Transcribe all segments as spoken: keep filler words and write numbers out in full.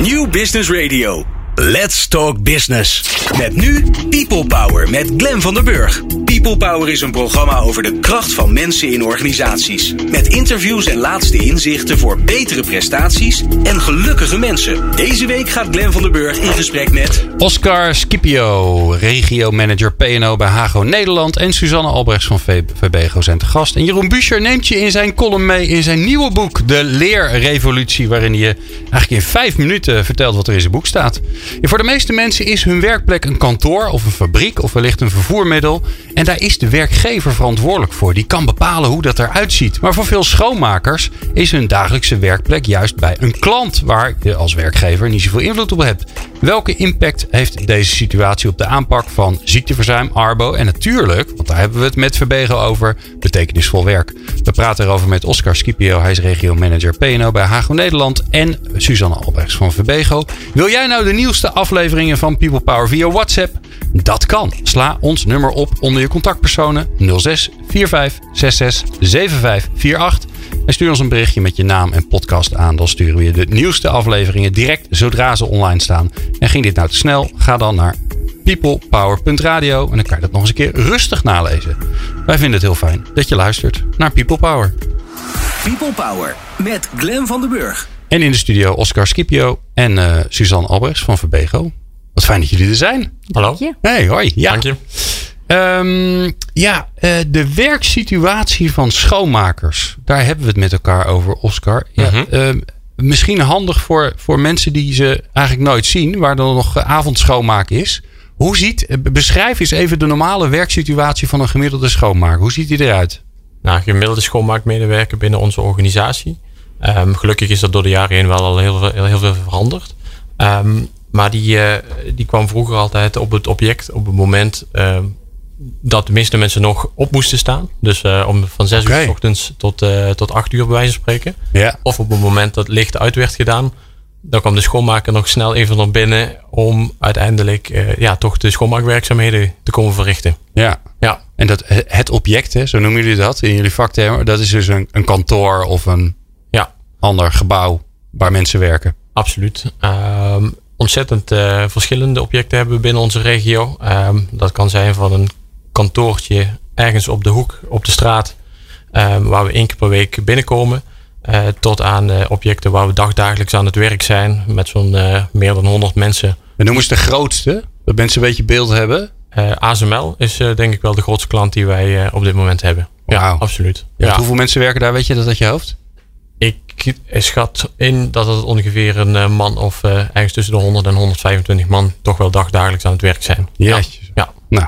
New Business Radio. Let's Talk Business. Met nu People Power met Glenn van der Burg. People Power is een programma over de kracht van mensen in organisaties. Met interviews en laatste inzichten voor betere prestaties en gelukkige mensen. Deze week gaat Glenn van der Burg in gesprek met Oscar Scipio, regiomanager P en O bij Hago Nederland. En Suzanne Albrechts van Verbego zijn te gast. En Jeroen Buescher neemt je in zijn column mee in zijn nieuwe boek De Leerrevolutie. Waarin hij eigenlijk in vijf minuten vertelt wat er in zijn boek staat. En voor de meeste mensen is hun werkplek een kantoor of een fabriek of wellicht een vervoermiddel. En daar is de werkgever verantwoordelijk voor. Die kan bepalen hoe dat eruit ziet. Maar voor veel schoonmakers is hun dagelijkse werkplek juist bij een klant waar je als werkgever niet zoveel invloed op hebt. Welke impact heeft deze situatie op de aanpak van ziekteverzuim, arbo en natuurlijk, want daar hebben we het met Verbego over, betekenisvol werk. We praten erover met Oscar Scipio. Hij is regiomanager P en O bij Hago Nederland en Suzanne Albrechts van Verbego. Wil jij nou de nieuwste afleveringen van People Power via WhatsApp? Dat kan. Sla ons nummer op onder je contactpersonen nul zes vier vijf zes zes zeven vijf vier acht. En stuur ons een berichtje met je naam en podcast aan. Dan sturen we je de nieuwste afleveringen direct zodra ze online staan. En ging dit nou te snel? Ga dan naar peoplepower punt radio en dan kan je dat nog eens een keer rustig nalezen. Wij vinden het heel fijn dat je luistert naar People Power. People Power met Glenn van der Burg. En in de studio Oscar Scipio en uh, Suzanne Albrechts van Verbego. Wat fijn dat jullie er zijn. Hallo. Hey, hoi. Ja. Dank je. Um, ja, uh, de werksituatie van schoonmakers. Daar hebben we het met elkaar over, Oscar. Ja, mm-hmm. uh, misschien handig voor, voor mensen die ze eigenlijk nooit zien. Waar er nog avondschoonmaak is. Hoe ziet, beschrijf eens even de normale werksituatie van een gemiddelde schoonmaker. Hoe ziet die eruit? Nou, gemiddelde schoonmaakmedewerker binnen onze organisatie. Um, gelukkig is dat door de jaren heen wel al heel, heel, heel veel veranderd. Um, maar die, uh, die kwam vroeger altijd op het object op het moment uh, dat de meeste mensen nog op moesten staan. Dus uh, om van zes okay. uur 's ochtends tot, uh, tot acht uur bij wijze van spreken. Ja. Of op het moment dat het licht uit werd gedaan. Dan kwam de schoonmaker nog snel even naar binnen om uiteindelijk uh, ja, toch de schoonmaakwerkzaamheden te komen verrichten. Ja. Ja. En dat, het object, hè, zo noemen jullie dat in jullie vaktermen. Dat is dus een, een kantoor of een ja. ander gebouw waar mensen werken. Absoluut. Um, ontzettend uh, verschillende objecten hebben we binnen onze regio. Um, dat kan zijn van een kantoortje ergens op de hoek, op de straat. Um, waar we één keer per week binnenkomen. Uh, tot aan uh, objecten waar we dagdagelijks aan het werk zijn. Met zo'n uh, meer dan honderd mensen. En noem eens de grootste. Dat mensen een beetje beeld hebben. Uh, A S M L is uh, denk ik wel de grootste klant die wij uh, op dit moment hebben. Wow. Ja, absoluut. Ja, Ja. Hoeveel mensen werken daar? Weet je dat uit je hoofd? Ik schat in dat het ongeveer een uh, man of uh, ergens tussen de honderd en honderdvijfentwintig man toch wel dagdagelijks aan het werk zijn. Ja. Ja. Nou.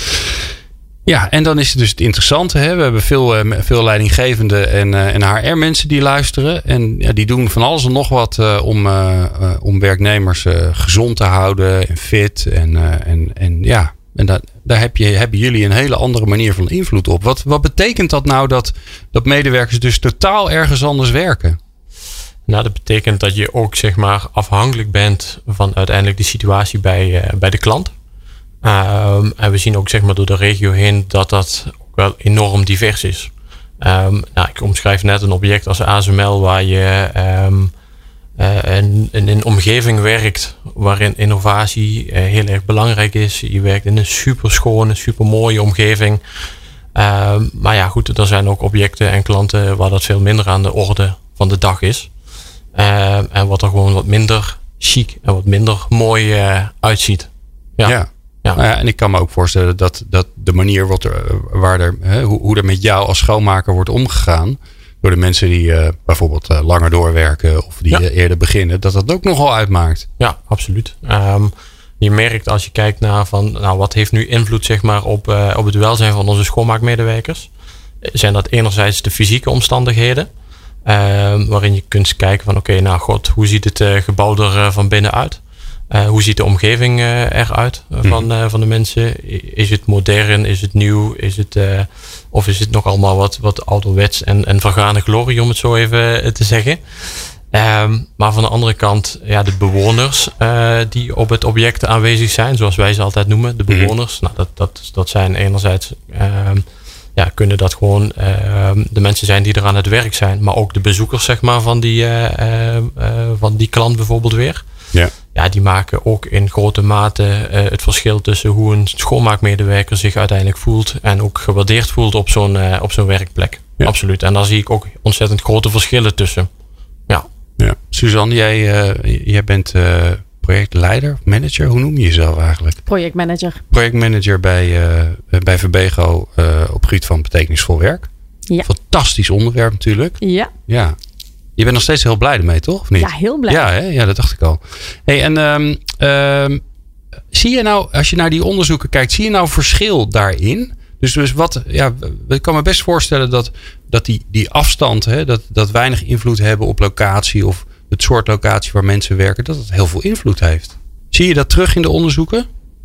Ja, en dan is het dus het interessante. Hè? We hebben veel, uh, veel leidinggevende en, uh, en H R mensen die luisteren. En ja, die doen van alles en nog wat uh, om, uh, uh, om werknemers uh, gezond te houden en fit. En, uh, en, en ja, en dat, daar heb je, hebben jullie een hele andere manier van invloed op. Wat, wat betekent dat nou dat, dat medewerkers dus totaal ergens anders werken? Nou, dat betekent dat je ook zeg maar afhankelijk bent van uiteindelijk de situatie bij, uh, bij de klant. Um, en we zien ook zeg maar door de regio heen dat dat ook wel enorm divers is. Um, nou, ik omschrijf net een object als A S M L waar je um, uh, in, in een omgeving werkt waarin innovatie uh, heel erg belangrijk is. Je werkt in een super schone, super mooie omgeving. Um, maar ja goed, er zijn ook objecten en klanten waar dat veel minder aan de orde van de dag is. Um, en wat er gewoon wat minder chic en wat minder mooi uh, uitziet. Ja. ja. Ja. Nou ja, en ik kan me ook voorstellen dat, dat de manier wat er, waar er, hè, hoe, hoe er met jou als schoonmaker wordt omgegaan. Door de mensen die uh, bijvoorbeeld uh, langer doorwerken of die ja. uh, eerder beginnen. Dat dat ook nogal uitmaakt. Ja, absoluut. Um, je merkt als je kijkt naar van, nou, wat heeft nu invloed zeg maar, op, uh, op het welzijn van onze schoonmaakmedewerkers. Zijn dat enerzijds de fysieke omstandigheden. Um, waarin je kunt kijken van oké, okay, nou god, hoe ziet het uh, gebouw er uh, van binnen uit? Uh, hoe ziet de omgeving uh, eruit uh, van, uh, van de mensen? Is het modern? Is het nieuw? Is het, uh, of is het nog allemaal wat, wat ouderwets en, en vergane glorie, om het zo even te zeggen? Um, maar van de andere kant, ja, de bewoners uh, die op het object aanwezig zijn, zoals wij ze altijd noemen, de bewoners. Mm-hmm. Nou, dat, dat, dat zijn enerzijds, um, ja, kunnen dat gewoon um, de mensen zijn die er aan het werk zijn, maar ook de bezoekers, zeg maar, van die, uh, uh, uh, van die klant bijvoorbeeld weer. Ja. Ja, die maken ook in grote mate uh, het verschil tussen hoe een schoonmaakmedewerker zich uiteindelijk voelt en ook gewaardeerd voelt op zo'n, uh, op zo'n werkplek. Ja. Absoluut. En daar zie ik ook ontzettend grote verschillen tussen. Ja. Ja. Suzanne, jij, uh, jij bent uh, projectleider, manager. Hoe noem je jezelf eigenlijk? Projectmanager. Projectmanager bij, uh, bij Verbego uh, op gebied van betekenisvol werk. Ja. Fantastisch onderwerp natuurlijk. Ja. Ja. Je bent nog steeds heel blij ermee, toch? Of niet? Ja, heel blij. Ja, hè? Ja, dat dacht ik al. Hey, en um, um, zie je nou, als je naar die onderzoeken kijkt, zie je nou verschil daarin? Dus, dus wat, ja, ik kan me best voorstellen dat, dat die, die afstand, hè, dat, dat weinig invloed hebben op locatie of het soort locatie waar mensen werken, dat het heel veel invloed heeft. Zie je dat terug in de onderzoeken?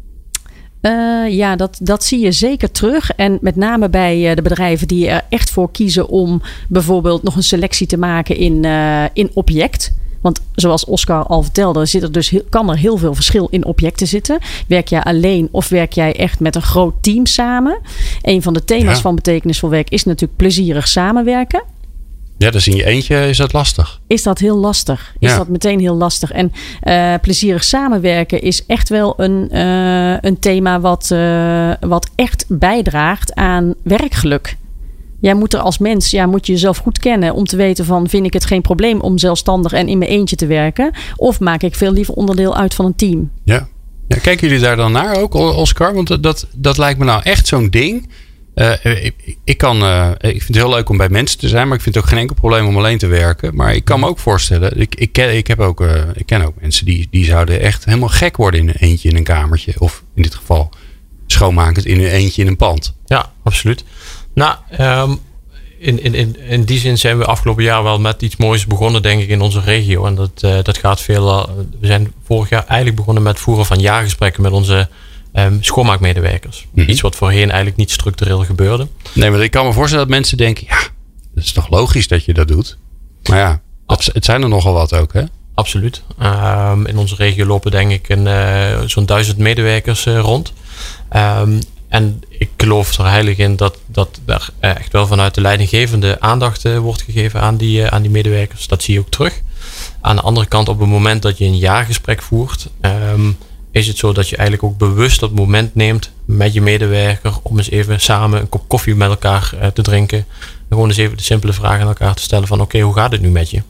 Uh, ja, dat, dat zie je zeker terug. En met name bij uh, de bedrijven die er echt voor kiezen om bijvoorbeeld nog een selectie te maken in, uh, in object. Want zoals Oscar al vertelde, zit er dus heel, kan er heel veel verschil in objecten zitten. Werk jij alleen of werk jij echt met een groot team samen? Een van de thema's ja. van betekenisvol werk is natuurlijk plezierig samenwerken. Ja, dus in je eentje is dat lastig. Is dat heel lastig. Is ja. dat meteen heel lastig. En uh, plezierig samenwerken is echt wel een, uh, een thema wat, uh, wat echt bijdraagt aan werkgeluk. Jij moet er als mens, ja, moet je jezelf goed kennen om te weten van, vind ik het geen probleem om zelfstandig en in mijn eentje te werken? Of maak ik veel liever onderdeel uit van een team? Ja. Ja, kijken jullie daar dan naar ook, Oscar? Want dat, dat lijkt me nou echt zo'n ding. Uh, ik, ik, kan, uh, ik vind het heel leuk om bij mensen te zijn, maar ik vind het ook geen enkel probleem om alleen te werken. Maar ik kan me ook voorstellen, ik, ik, ken, ik, heb ook, uh, ik ken ook mensen die, die zouden echt helemaal gek worden in een eentje in een kamertje. Of in dit geval schoonmakend in een eentje in een pand. Ja, absoluut. Nou, um, in, in, in, in die zin zijn we afgelopen jaar wel met iets moois begonnen, denk ik, in onze regio. En dat, uh, dat gaat veel. Uh, we zijn vorig jaar eigenlijk begonnen met het voeren van jaargesprekken met onze um, schoonmaakmedewerkers. Mm-hmm. Iets wat voorheen eigenlijk niet structureel gebeurde. Nee, maar ik kan me voorstellen dat mensen denken, ja, dat is toch logisch dat je dat doet. Maar ja, dat, het zijn er nogal wat ook, hè? Absoluut. Um, in onze regio lopen denk ik een, uh, zo'n duizend medewerkers uh, rond. Um, En ik geloof er heilig in dat, dat er echt wel vanuit de leidinggevende aandacht uh, wordt gegeven aan die, uh, aan die medewerkers. Dat zie je ook terug. Aan de andere kant, op het moment dat je een jaargesprek voert, um, is het zo dat je eigenlijk ook bewust dat moment neemt met je medewerker om eens even samen een kop koffie met elkaar uh, te drinken. En gewoon eens even de simpele vraag aan elkaar te stellen van oké, okay, hoe gaat het nu met je?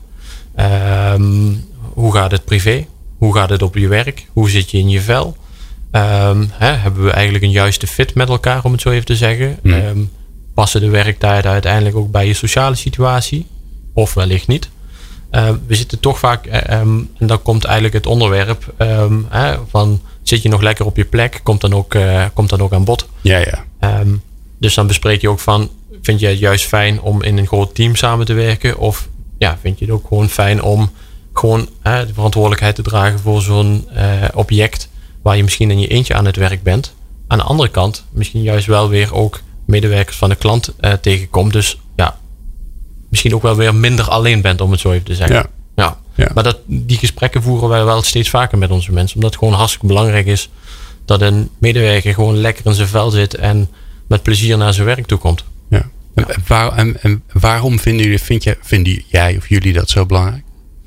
Um, hoe gaat het privé? Hoe gaat het op je werk? Hoe zit je in je vel? Um, hè, hebben we eigenlijk een juiste fit met elkaar, om het zo even te zeggen? Mm. Um, passen de werktijden uiteindelijk ook bij je sociale situatie? Of wellicht niet? Um, we zitten toch vaak, um, en dan komt eigenlijk het onderwerp um, hè, van zit je nog lekker op je plek? Komt dan ook, uh, komt dan ook aan bod. Ja, ja. Um, dus dan bespreek je ook van, vind je het juist fijn om in een groot team samen te werken? Of ja, vind je het ook gewoon fijn om gewoon uh, de verantwoordelijkheid te dragen voor zo'n uh, object waar je misschien in je eentje aan het werk bent. Aan de andere kant misschien juist wel weer ook medewerkers van de klant uh, tegenkomt. Dus ja, misschien ook wel weer minder alleen bent, om het zo even te zeggen. Ja. Ja. Ja. Maar dat, die gesprekken voeren wij wel steeds vaker met onze mensen. Omdat het gewoon hartstikke belangrijk is dat een medewerker gewoon lekker in zijn vel zit en met plezier naar zijn werk toe komt. Ja. En, en, waar, en, en waarom vinden jullie, vind je, vinden jij of jullie dat zo belangrijk?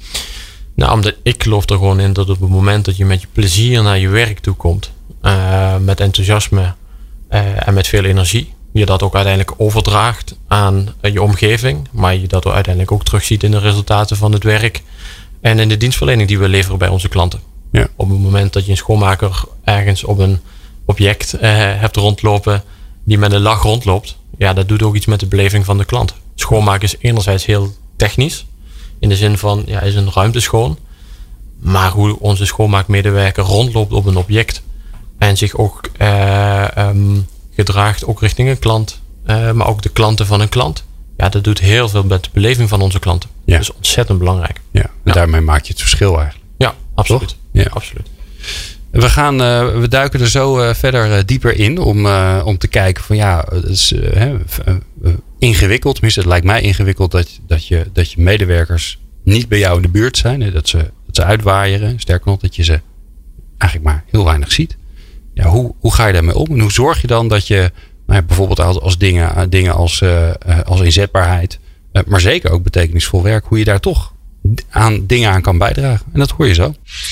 Nou, omdat ik geloof er gewoon in dat op het moment dat je met je plezier naar je werk toe komt, uh, met enthousiasme uh, en met veel energie, je dat ook uiteindelijk overdraagt aan uh, je omgeving, maar je dat uiteindelijk ook terugziet in de resultaten van het werk en in de dienstverlening die we leveren bij onze klanten. Ja. Op het moment dat je een schoonmaker ergens op een object uh, hebt rondlopen die met een lach rondloopt, ja, dat doet ook iets met de beleving van de klant. Schoonmaken is enerzijds heel technisch, in de zin van, ja, is een ruimte schoon. Maar hoe onze schoonmaakmedewerker rondloopt op een object en zich ook uh, um, gedraagt, ook richting een klant, uh, maar ook de klanten van een klant. Ja, dat doet heel veel met de beleving van onze klanten. Ja. Dat is ontzettend belangrijk. Ja, en ja. daarmee maak je het verschil eigenlijk. Ja, absoluut. Ja. absoluut. We, gaan, uh, we duiken er zo uh, verder uh, dieper in om, uh, om te kijken van ja, het is uh, uh, uh, ingewikkeld. Tenminste, het lijkt mij ingewikkeld dat, dat, je, dat je medewerkers niet bij jou in de buurt zijn. Hè, dat, ze, dat ze uitwaaieren. Sterker nog, dat je ze eigenlijk maar heel weinig ziet. Ja, hoe, hoe ga je daarmee om? En hoe zorg je dan dat je nou ja, bijvoorbeeld als, als dingen, dingen als, uh, als inzetbaarheid, uh, maar zeker ook betekenisvol werk, hoe je daar toch aan dingen aan kan bijdragen? En dat hoor je zo.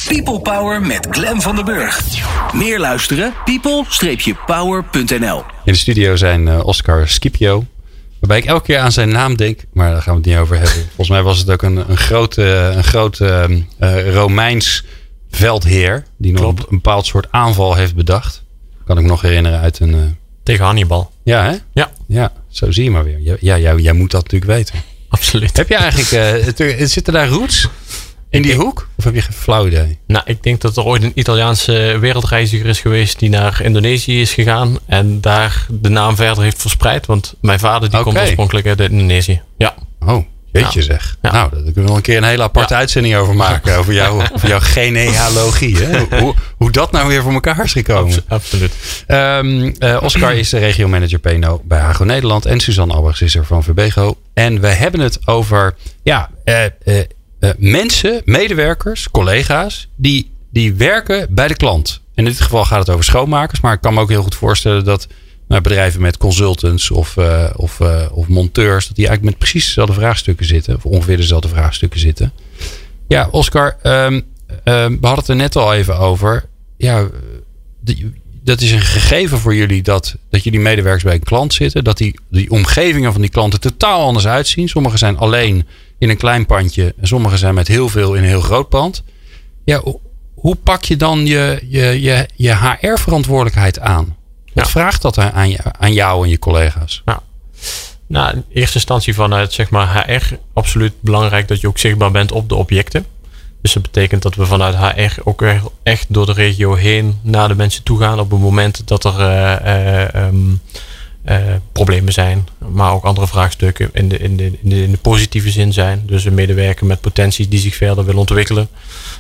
People Power met Glenn van den Burg. Meer luisteren? people power punt n l. In de studio zijn uh, Oscar Scipio. Waarbij ik elke keer aan zijn naam denk. Maar daar gaan we het niet over hebben. Volgens mij was het ook een, een grote, een grote uh, Romeins veldheer. Die nog Klopt. een bepaald soort aanval heeft bedacht. Kan ik me nog herinneren uit een... Uh... Tegen Hannibal. Ja, hè? Ja. Ja, zo zie je maar weer. Ja, ja jij, jij moet dat natuurlijk weten. Absoluut. Heb je eigenlijk... Uh, zitten daar roots in die hoek? Of heb je geen flauw idee? Nou, ik denk dat er ooit een Italiaanse wereldreiziger is geweest die naar Indonesië is gegaan. En daar de naam verder heeft verspreid. Want mijn vader die okay. komt oorspronkelijk uit Indonesië. Ja. Oh, jeetje ja. zeg. Ja. Nou, daar kunnen we nog een keer een hele aparte ja. uitzending over maken. Over, jou, over jouw genealogie. Hè? Hoe, hoe dat nou weer voor elkaar is gekomen. Absoluut. Um, uh, Oscar is de regiomanager P en O bij Hago Nederland. En Suzanne Albrechts is er van Verbego. En we hebben het over... ja. Uh, uh, Uh, mensen, medewerkers, collega's, die, die werken bij de klant. In dit geval gaat het over schoonmakers. Maar ik kan me ook heel goed voorstellen dat nou, bedrijven met consultants of, uh, of, uh, of monteurs, dat die eigenlijk met precies dezelfde vraagstukken zitten. Of ongeveer dezelfde vraagstukken zitten. Ja, Oscar, um, um, we hadden het er net al even over. Ja, die, dat is een gegeven voor jullie dat, dat jullie medewerkers bij een klant zitten. Dat die, die omgevingen van die klanten totaal anders uitzien. Sommigen zijn alleen in een klein pandje. En sommigen zijn met heel veel in een heel groot pand. Ja, hoe pak je dan je, je, je, je H R-verantwoordelijkheid aan? Wat ja. vraagt dat aan, je, aan jou en je collega's? Ja. Nou, in eerste instantie vanuit zeg maar H R absoluut belangrijk dat je ook zichtbaar bent op de objecten. Dus dat betekent dat we vanuit H R ook echt door de regio heen naar de mensen toe gaan op het moment dat er uh, uh, um, uh, problemen zijn. Maar ook andere vraagstukken in de, in, de, in, de, in de positieve zin zijn. Dus een medewerker met potenties die zich verder wil ontwikkelen.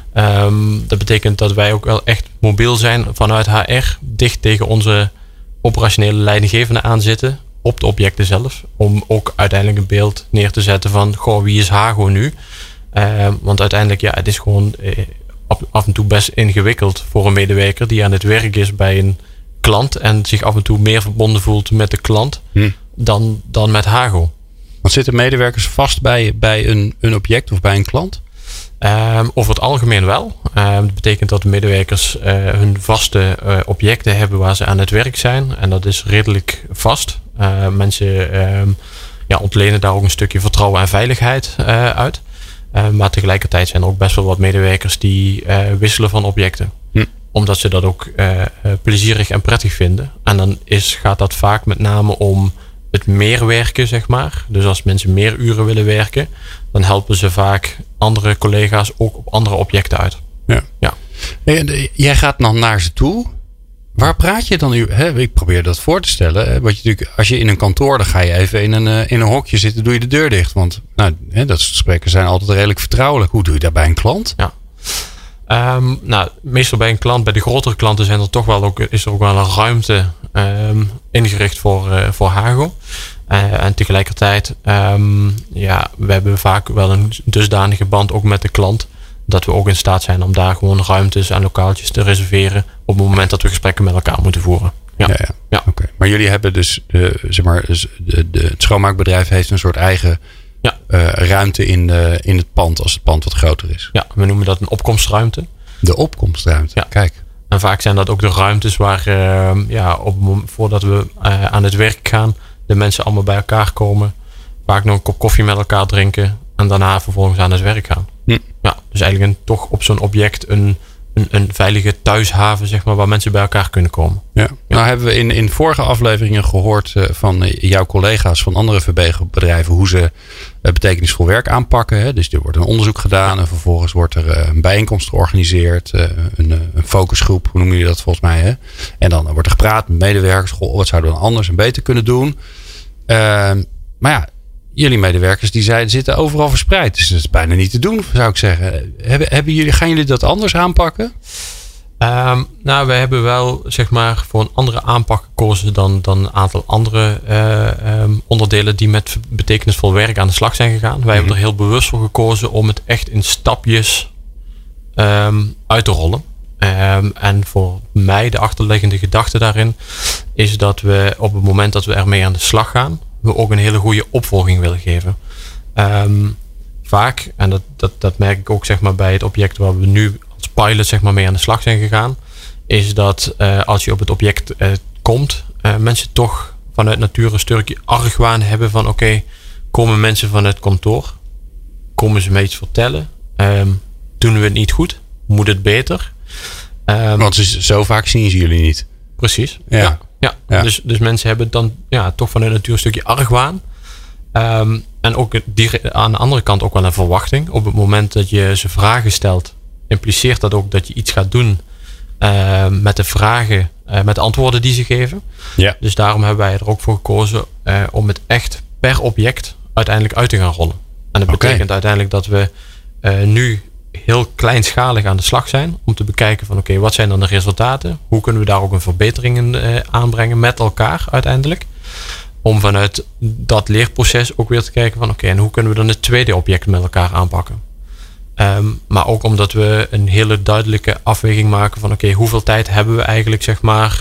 Um, dat betekent dat wij ook wel echt mobiel zijn vanuit H R. Dicht tegen onze operationele leidinggevenden aanzitten op de objecten zelf. Om ook uiteindelijk een beeld neer te zetten van goh, wie is Hago nu? Uh, want uiteindelijk, ja, het is gewoon uh, af en toe best ingewikkeld voor een medewerker die aan het werk is bij een klant en zich af en toe meer verbonden voelt met de klant hm. dan, dan met Hago. Want zitten medewerkers vast bij, bij een, een object of bij een klant? Uh, over het algemeen wel. Uh, dat betekent dat de medewerkers uh, hun vaste uh, objecten hebben waar ze aan het werk zijn. En dat is redelijk vast. Uh, mensen uh, ja, ontlenen daar ook een stukje vertrouwen en veiligheid uh, uit. Uh, maar tegelijkertijd zijn er ook best wel wat medewerkers die uh, wisselen van objecten. Hm. Omdat ze dat ook uh, uh, plezierig en prettig vinden. En dan is, gaat dat vaak met name om het meer werken, zeg maar. Dus als mensen meer uren willen werken, dan helpen ze vaak andere collega's ook op andere objecten uit. Ja. Ja. Hey, jij gaat dan naar ze toe. Waar praat je dan nu? Hè? Ik probeer dat voor te stellen. Hè? Want je natuurlijk, als je in een kantoor, dan ga je even in een, in een hokje zitten, doe je de deur dicht. Want nou, hè, dat soort gesprekken zijn altijd redelijk vertrouwelijk. Hoe doe je dat bij een klant? Ja. Um, nou, meestal bij een klant, bij de grotere klanten zijn er toch wel ook, is er ook wel een ruimte um, ingericht voor, uh, voor Hago. Uh, en tegelijkertijd, um, ja, we hebben vaak wel een dusdanige band ook met de klant. Dat we ook in staat zijn om daar gewoon ruimtes en lokaaltjes te reserveren op het moment dat we gesprekken met elkaar moeten voeren. Ja, ja, ja. ja. Oké. Okay. Maar jullie hebben dus, uh, zeg maar, de, de, het schoonmaakbedrijf heeft een soort eigen ja. uh, ruimte in, uh, in het pand als het pand wat groter is. Ja, we noemen dat een opkomstruimte. De opkomstruimte, ja. Kijk. En vaak zijn dat ook de ruimtes waar, uh, ja, op, voordat we uh, aan het werk gaan, de mensen allemaal bij elkaar komen. Vaak nog een kop koffie met elkaar drinken en daarna vervolgens aan het werk gaan. Hm. Ja, dus eigenlijk een, toch op zo'n object een, een, een veilige thuishaven, zeg maar, waar mensen bij elkaar kunnen komen. Ja. Ja. Nou hebben we in, in vorige afleveringen gehoord uh, van uh, jouw collega's van andere Verbego-bedrijven hoe ze uh, betekenisvol werk aanpakken. Hè? Dus er wordt een onderzoek gedaan ja. en vervolgens wordt er uh, een bijeenkomst georganiseerd, uh, een, uh, een focusgroep, hoe noem je dat volgens mij? Hè? En dan uh, wordt er gepraat met medewerkers, goh, wat zouden we dan anders en beter kunnen doen? Uh, maar ja, jullie medewerkers die zijn, zitten overal verspreid. Dus dat is bijna niet te doen, zou ik zeggen. Hebben, hebben jullie, gaan jullie dat anders aanpakken? Um, nou, we hebben wel zeg maar voor een andere aanpak gekozen dan, dan een aantal andere uh, um, onderdelen die met betekenisvol werk aan de slag zijn gegaan. Wij mm-hmm. hebben er heel bewust voor gekozen om het echt in stapjes um, uit te rollen. Um, en voor mij de achterliggende gedachte daarin is dat we op het moment dat we ermee aan de slag gaan, we ook een hele goede opvolging willen geven. Um, vaak, en dat, dat, dat merk ik ook zeg maar bij het object waar we nu als pilot zeg maar, mee aan de slag zijn gegaan. Is dat uh, als je op het object uh, komt, uh, mensen toch vanuit natuur een stukje argwaan hebben van oké, okay, komen mensen vanuit kantoor? Komen ze me iets vertellen? Um, doen we het niet goed? Moet het beter? Um, Want zo vaak zien ze jullie niet. Precies. Ja. ja, ja. ja. Dus, dus mensen hebben dan ja, toch vanuit natuur een stukje argwaan. Um, en ook die, aan de andere kant ook wel een verwachting. Op het moment dat je ze vragen stelt, impliceert dat ook dat je iets gaat doen uh, met de vragen, uh, met de antwoorden die ze geven. Ja. Dus daarom hebben wij er ook voor gekozen uh, om het echt per object uiteindelijk uit te gaan rollen. En dat betekent okay. uiteindelijk dat we uh, nu heel kleinschalig aan de slag zijn om te bekijken van oké, okay, wat zijn dan de resultaten? Hoe kunnen we daar ook een verbetering in uh, aanbrengen met elkaar uiteindelijk? Om vanuit dat leerproces ook weer te kijken van oké, okay, en hoe kunnen we dan het tweede object met elkaar aanpakken? Um, maar ook omdat we een hele duidelijke afweging maken van oké, okay, hoeveel tijd hebben we eigenlijk zeg maar.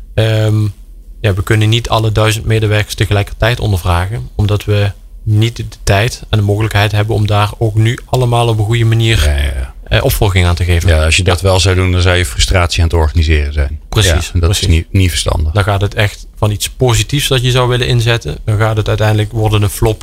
Um, ja, we kunnen niet alle duizend medewerkers tegelijkertijd ondervragen, omdat we niet de tijd en de mogelijkheid hebben om daar ook nu allemaal op een goede manier ja, ja. Uh, opvolging aan te geven. Ja, als je dat ja. wel zou doen, dan zou je frustratie aan het organiseren zijn. Precies. Ja, en dat precies. is niet, niet verstandig. Dan gaat het echt van iets positiefs dat je zou willen inzetten. Dan gaat het uiteindelijk worden een flop.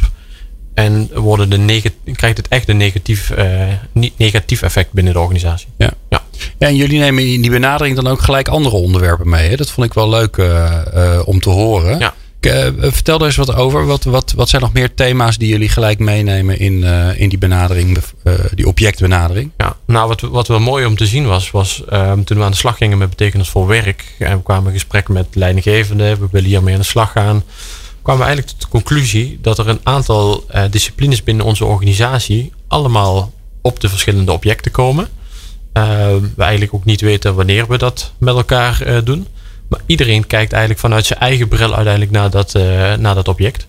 En worden de neg- krijgt het echt een negatief, uh, negatief effect binnen de organisatie. Ja. Ja. Ja, en jullie nemen in die benadering dan ook gelijk andere onderwerpen mee. Hè? Dat vond ik wel leuk uh, uh, om te horen. Ja. Uh, vertel er eens wat over. Wat, wat, wat zijn nog meer thema's die jullie gelijk meenemen in, uh, in die benadering, uh, die objectbenadering? Ja, nou, wat, wat wel mooi om te zien was, was uh, toen we aan de slag gingen met betekenisvol werk. En we kwamen in gesprek met leidinggevenden. We willen hiermee aan de slag gaan. Kwamen we eigenlijk tot de conclusie dat er een aantal uh, disciplines binnen onze organisatie allemaal op de verschillende objecten komen. Uh, we eigenlijk ook niet weten wanneer we dat met elkaar uh, doen. Maar iedereen kijkt eigenlijk vanuit zijn eigen bril uiteindelijk naar dat, uh, naar dat object.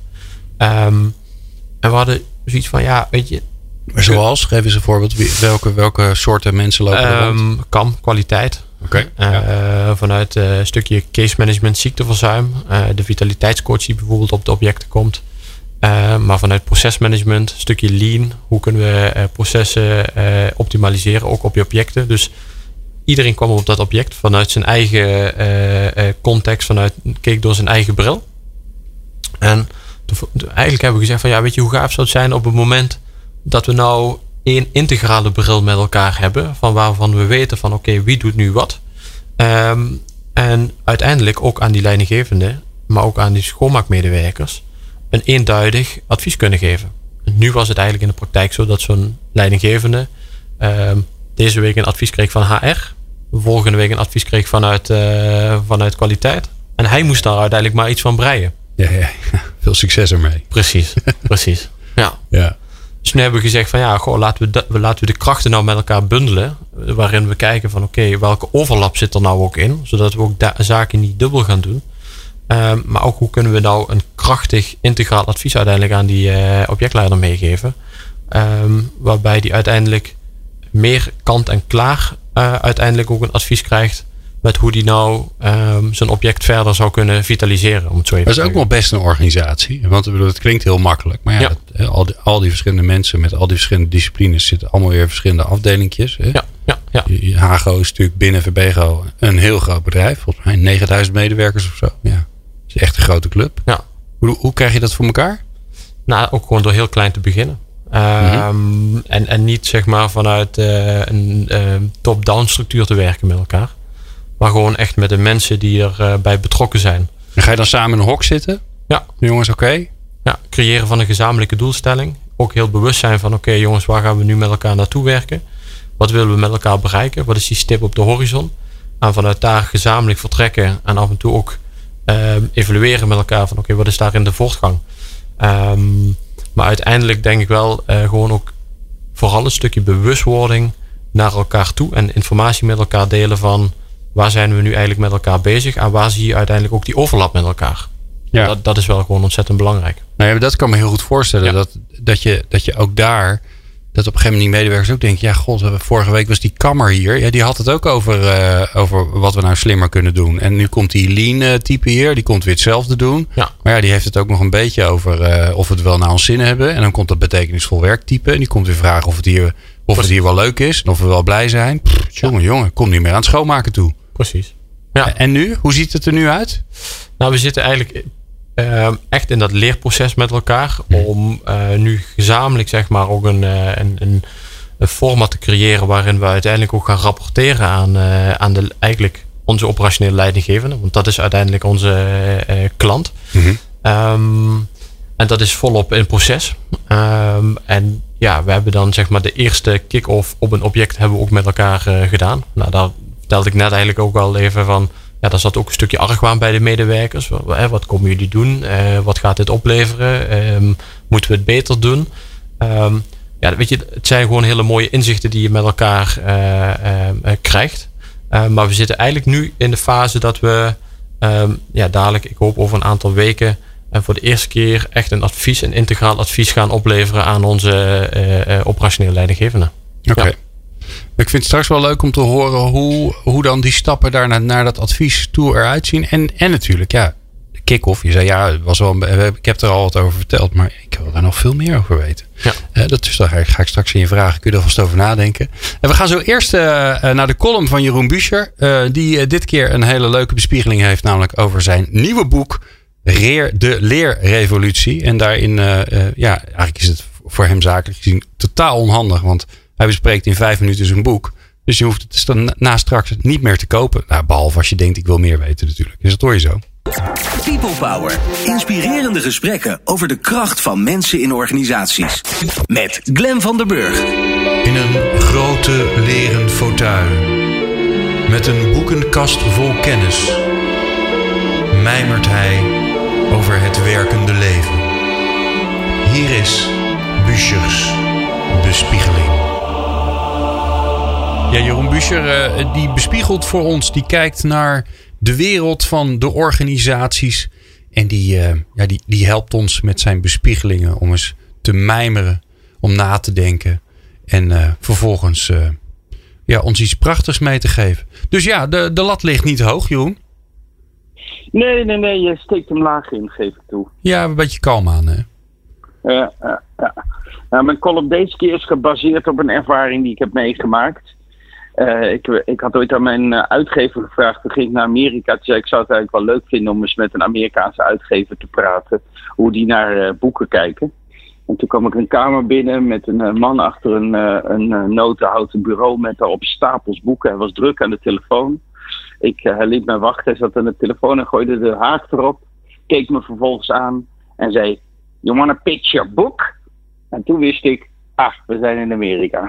Um, en we hadden zoiets van, ja, weet je... Zoals? Geef eens een voorbeeld. Welke, welke soorten mensen lopen er um, rond? K A M, kwaliteit. Okay, uh, ja. Vanuit uh, een stukje case management, ziekteverzuim. Uh, de vitaliteitscoach die bijvoorbeeld op de objecten komt. Uh, maar vanuit procesmanagement, een stukje lean. Hoe kunnen we uh, processen uh, optimaliseren, ook op je objecten. Dus iedereen kwam op dat object vanuit zijn eigen uh, uh, context, vanuit keek door zijn eigen bril. En toen, eigenlijk hebben we gezegd van ja, weet je hoe gaaf zou het zijn op het moment dat we nou één integrale bril met elkaar hebben, van waarvan we weten van oké, okay, wie doet nu wat. Um, en uiteindelijk ook aan die leidinggevenden, maar ook aan die schoonmaakmedewerkers, een eenduidig advies kunnen geven. En nu was het eigenlijk in de praktijk zo dat zo'n leidinggevende um, deze week een advies kreeg van H R. Volgende week een advies kreeg vanuit, uh, vanuit kwaliteit. En hij moest daar uiteindelijk maar iets van breien. Ja, ja, ja. Veel succes ermee. Precies, precies. Ja. Ja. Dus nu hebben we gezegd van ja, goh, laten, we de, laten we de krachten nou met elkaar bundelen. Waarin we kijken van oké, okay, welke overlap zit er nou ook in. Zodat we ook da- zaken niet dubbel gaan doen. Um, maar ook hoe kunnen we nou een krachtig integraal advies uiteindelijk aan die uh, objectleider meegeven. Um, waarbij die uiteindelijk meer kant en klaar uh, uiteindelijk ook een advies krijgt met hoe die nou um, zijn object verder zou kunnen vitaliseren. Om het zo even dat is ook nog best een organisatie. Want het klinkt heel makkelijk. Maar ja, ja. Het, al, die, al die verschillende mensen met al die verschillende disciplines zitten allemaal weer verschillende afdelingjes. Hè? Ja, ja, ja. Hago is natuurlijk binnen Verbego een heel groot bedrijf. Volgens mij negenduizend medewerkers of zo. Ja. Dat is echt een grote club. Ja. Hoe, hoe krijg je dat voor elkaar? Nou, ook gewoon door heel klein te beginnen. Um, mm-hmm. en, en niet zeg maar vanuit uh, een uh, top-down structuur te werken met elkaar. Maar gewoon echt met de mensen die erbij uh, bij betrokken zijn. En ga je dan samen in een hok zitten? Ja. Jongens, oké. Okay. Ja, creëren van een gezamenlijke doelstelling. Ook heel bewust zijn van oké okay, jongens, waar gaan we nu met elkaar naartoe werken? Wat willen we met elkaar bereiken? Wat is die stip op de horizon? En vanuit daar gezamenlijk vertrekken. En af en toe ook uh, evalueren met elkaar van oké, okay, wat is daarin de voortgang? Um, maar uiteindelijk denk ik wel uh, gewoon ook vooral een stukje bewustwording naar elkaar toe. En informatie met elkaar delen van waar zijn we nu eigenlijk met elkaar bezig. En waar zie je uiteindelijk ook die overlap met elkaar. Ja. Dat, dat is wel gewoon ontzettend belangrijk. Nou ja, dat kan me heel goed voorstellen. Ja. Dat, dat, je, dat je ook daar, dat op een gegeven moment die medewerkers ook denken, ja god, vorige week was die Kammer hier. Ja, die had het ook over, uh, over wat we nou slimmer kunnen doen. En nu komt die lean uh, type hier, die komt weer hetzelfde doen. Ja. Maar ja, die heeft het ook nog een beetje over uh, of we het wel naar ons zin hebben. En dan komt dat betekenisvol werktype. En die komt weer vragen of het hier Of het hier wel leuk is. Of we wel blij zijn. Pff, jongen, ja. jongen, kom niet meer aan het schoonmaken toe. Precies. Ja. En nu? Hoe ziet het er nu uit? Nou, we zitten eigenlijk uh, echt in dat leerproces met elkaar. Om uh, nu gezamenlijk zeg maar ook een, uh, een, een, een format te creëren. Waarin we uiteindelijk ook gaan rapporteren aan, uh, aan de, eigenlijk onze operationele leidinggevende. Want dat is uiteindelijk onze uh, klant. Mm-hmm. Um, en dat is volop in proces. Um, en ja, we hebben dan zeg maar de eerste kick-off op een object hebben we ook met elkaar uh, gedaan. Nou, daar vertelde ik net eigenlijk ook al even van. Ja, daar zat ook een stukje argwaan bij de medewerkers. Wat, wat komen jullie doen? Uh, wat gaat dit opleveren? Um, moeten we het beter doen? Um, ja, weet je, het zijn gewoon hele mooie inzichten die je met elkaar uh, uh, uh, krijgt. Uh, maar we zitten eigenlijk nu in de fase dat we um, ja, dadelijk, ik hoop over een aantal weken, uh, voor de eerste keer echt een advies, een integraal advies gaan opleveren aan onze uh, uh, operationele leidinggevende. Oké. Okay. Ja. Ik vind het straks wel leuk om te horen hoe, hoe dan die stappen daar naar, naar dat advies toe eruit zien. En, en natuurlijk, ja, de kick-off. Je zei, ja, het was wel, ik heb er al wat over verteld, maar ik wil daar nog veel meer over weten. Ja. Uh, dat is, daar ga ik straks in je vragen. Kun je er vast over nadenken. En we gaan zo eerst uh, naar de column van Jeroen Buescher. Uh, die uh, dit keer een hele leuke bespiegeling heeft, namelijk over zijn nieuwe boek, De Leerrevolutie. En daarin, uh, uh, ja, eigenlijk is het voor hem zakelijk gezien totaal onhandig, want hij bespreekt in vijf minuten zijn boek. Dus je hoeft het dan na straks niet meer te kopen. Nou, behalve als je denkt, ik wil meer weten natuurlijk. Dus dat hoor je zo. People Power. Inspirerende gesprekken over de kracht van mensen in organisaties. Met Glenn van der Burg. In een grote leren fauteuil. Met een boekenkast vol kennis. Mijmert hij over het werkende leven. Hier is Bueschers bespiegeling. Ja, Jeroen Buescher, uh, die bespiegelt voor ons. Die kijkt naar de wereld van de organisaties. En die, uh, ja, die, die helpt ons met zijn bespiegelingen om eens te mijmeren. Om na te denken. En uh, vervolgens uh, ja, ons iets prachtigs mee te geven. Dus ja, de, de lat ligt niet hoog, Jeroen. Nee, nee, nee. Je steekt hem laag in, geef ik toe. Ja, een beetje kalm aan, hè? Ja, uh, uh, uh. Nou, mijn column deze keer is gebaseerd op een ervaring die ik heb meegemaakt. Uh, ik, ik had ooit aan mijn uh, uitgever gevraagd, toen ging ik naar Amerika. Toen zei ik, ik zou het eigenlijk wel leuk vinden om eens met een Amerikaanse uitgever te praten. Hoe die naar uh, boeken kijken. En toen kwam ik een kamer binnen met een uh, man achter een, uh, een uh, notenhouten bureau met daarop stapels boeken. Hij was druk aan de telefoon. Ik, uh, hij liet mij wachten, hij zat aan de telefoon en gooide de haak erop. Keek me vervolgens aan en zei, you wanna pitch your book? En toen wist ik, ah, we zijn in Amerika.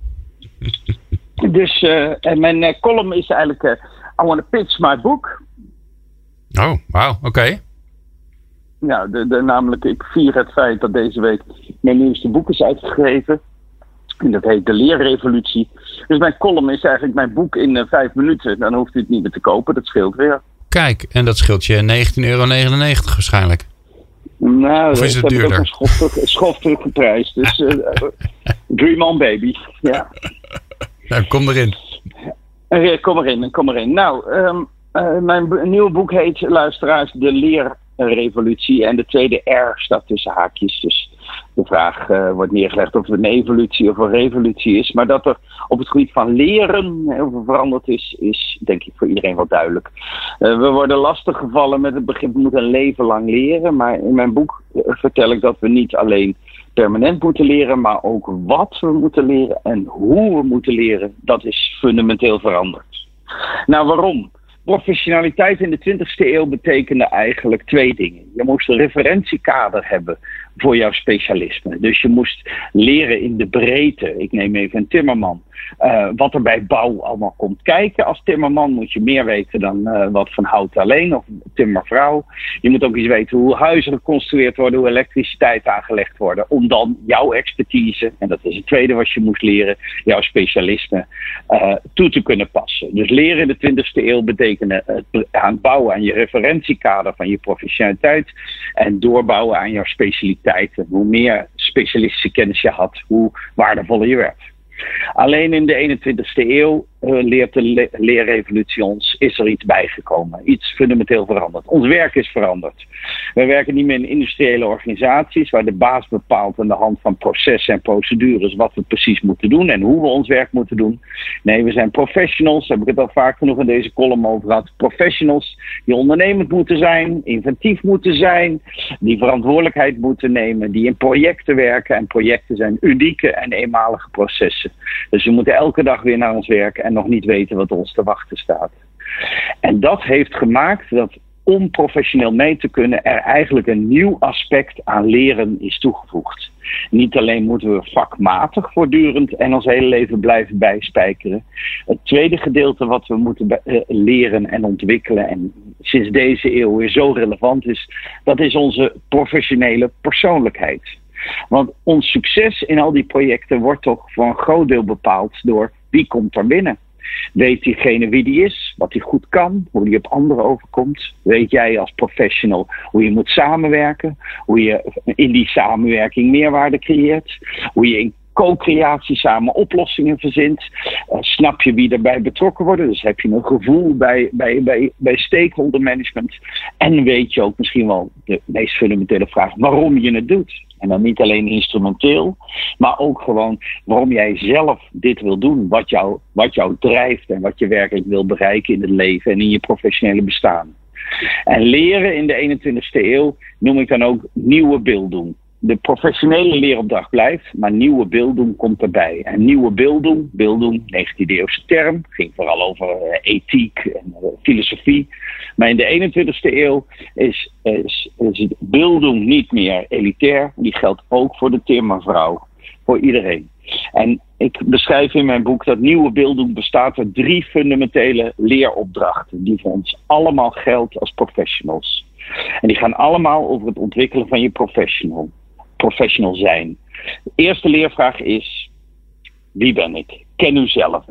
Dus uh, en mijn uh, column is eigenlijk, uh, I want to pitch my book. Oh, wauw, oké. Okay. Ja, de, de, namelijk, ik vier het feit dat deze week mijn nieuwste boek is uitgegeven. En dat heet De Leerrevolutie. Dus mijn column is eigenlijk mijn boek in uh, vijf minuten. Dan hoeft u het niet meer te kopen, dat scheelt weer. Kijk, en dat scheelt je negentien euro negenennegentig waarschijnlijk. Nou, of is het dat duurder? heb ik ook een schoftelijk geprijsd. Dus uh, dream on baby, ja. Nou, kom erin. Uh, kom erin, kom erin. Nou, um, uh, mijn b- nieuwe boek heet, luisteraars, De Leerrevolutie. En de tweede R staat tussen haakjes. Dus de vraag uh, wordt neergelegd of het een evolutie of een revolutie is. Maar dat er op het gebied van leren heel veel veranderd is, is denk ik voor iedereen wel duidelijk. Uh, we worden lastiggevallen met het begrip, we moeten een leven lang leren. Maar in mijn boek uh, vertel ik dat we niet alleen permanent moeten leren, maar ook wat we moeten leren en hoe we moeten leren, dat is fundamenteel veranderd. Nou, waarom? Professionaliteit in de twintigste eeuw betekende eigenlijk twee dingen. Je moest een referentiekader hebben voor jouw specialisme. Dus je moest leren in de breedte. Ik neem even een timmerman. Uh, wat er bij bouw allemaal komt kijken. Als timmerman moet je meer weten dan uh, wat van hout alleen of timmervrouw. Je moet ook eens weten hoe huizen geconstrueerd worden, hoe elektriciteit aangelegd worden. Om dan jouw expertise, en dat is het tweede wat je moest leren, jouw specialisme uh, toe te kunnen passen. Dus leren in de twintigste eeuw betekende uh, aan het bouwen aan je referentiekader van je professionaliteit en doorbouwen aan jouw specialiteiten. Hoe meer specialistische kennis je had, hoe waardevoller je werd. Alleen in de eenentwintigste eeuw uh, leert de le- leerrevolutie ons, is er iets bijgekomen. Iets fundamenteel veranderd. Ons werk is veranderd. We werken niet meer in industriële organisaties waar de baas bepaalt aan de hand van processen en procedures wat we precies moeten doen en hoe we ons werk moeten doen. Nee, we zijn professionals, daar heb ik het al vaak genoeg in deze column over gehad. Professionals die ondernemend moeten zijn, inventief moeten zijn, die verantwoordelijkheid moeten nemen, die in projecten werken. En projecten zijn unieke en eenmalige processen. Dus we moeten elke dag weer naar ons werk en nog niet weten wat ons te wachten staat. En dat heeft gemaakt dat om professioneel mee te kunnen er eigenlijk een nieuw aspect aan leren is toegevoegd. Niet alleen moeten we vakmatig voortdurend en ons hele leven blijven bijspijkeren. Het tweede gedeelte wat we moeten be- uh, leren en ontwikkelen en sinds deze eeuw weer zo relevant is, dat is onze professionele persoonlijkheid. Want ons succes in al die projecten wordt toch voor een groot deel bepaald door wie komt er binnen. Weet diegene wie die is, wat hij goed kan, hoe die op anderen overkomt? Weet jij als professional hoe je moet samenwerken? Hoe je in die samenwerking meerwaarde creëert? Hoe je in co-creatie samen oplossingen verzint? Uh, snap je wie erbij betrokken wordt? Dus heb je een gevoel bij, bij, bij, bij stakeholder management? En weet je ook misschien wel de meest fundamentele vraag waarom je het doet? En dan niet alleen instrumenteel, maar ook gewoon waarom jij zelf dit wil doen. Wat jou, wat jou drijft en wat je werkelijk wil bereiken in het leven en in je professionele bestaan. En leren in de eenentwintigste eeuw noem ik dan ook nieuwe beelddoen. De professionele leeropdracht blijft, maar nieuwe beelddoen komt erbij. En nieuwe beelddoen, beelddoen, negentiende eeuwse term, ging vooral over uh, ethiek en uh, filosofie. Maar in de eenentwintigste eeuw is, is, is het beelddoen niet meer elitair. Die geldt ook voor de timmervrouw, voor iedereen. En ik beschrijf in mijn boek dat nieuwe beelddoen bestaat uit drie fundamentele leeropdrachten die voor ons allemaal geldt als professionals. En die gaan allemaal over het ontwikkelen van je professional. Professional zijn. De eerste leervraag is: wie ben ik? Ken uzelf.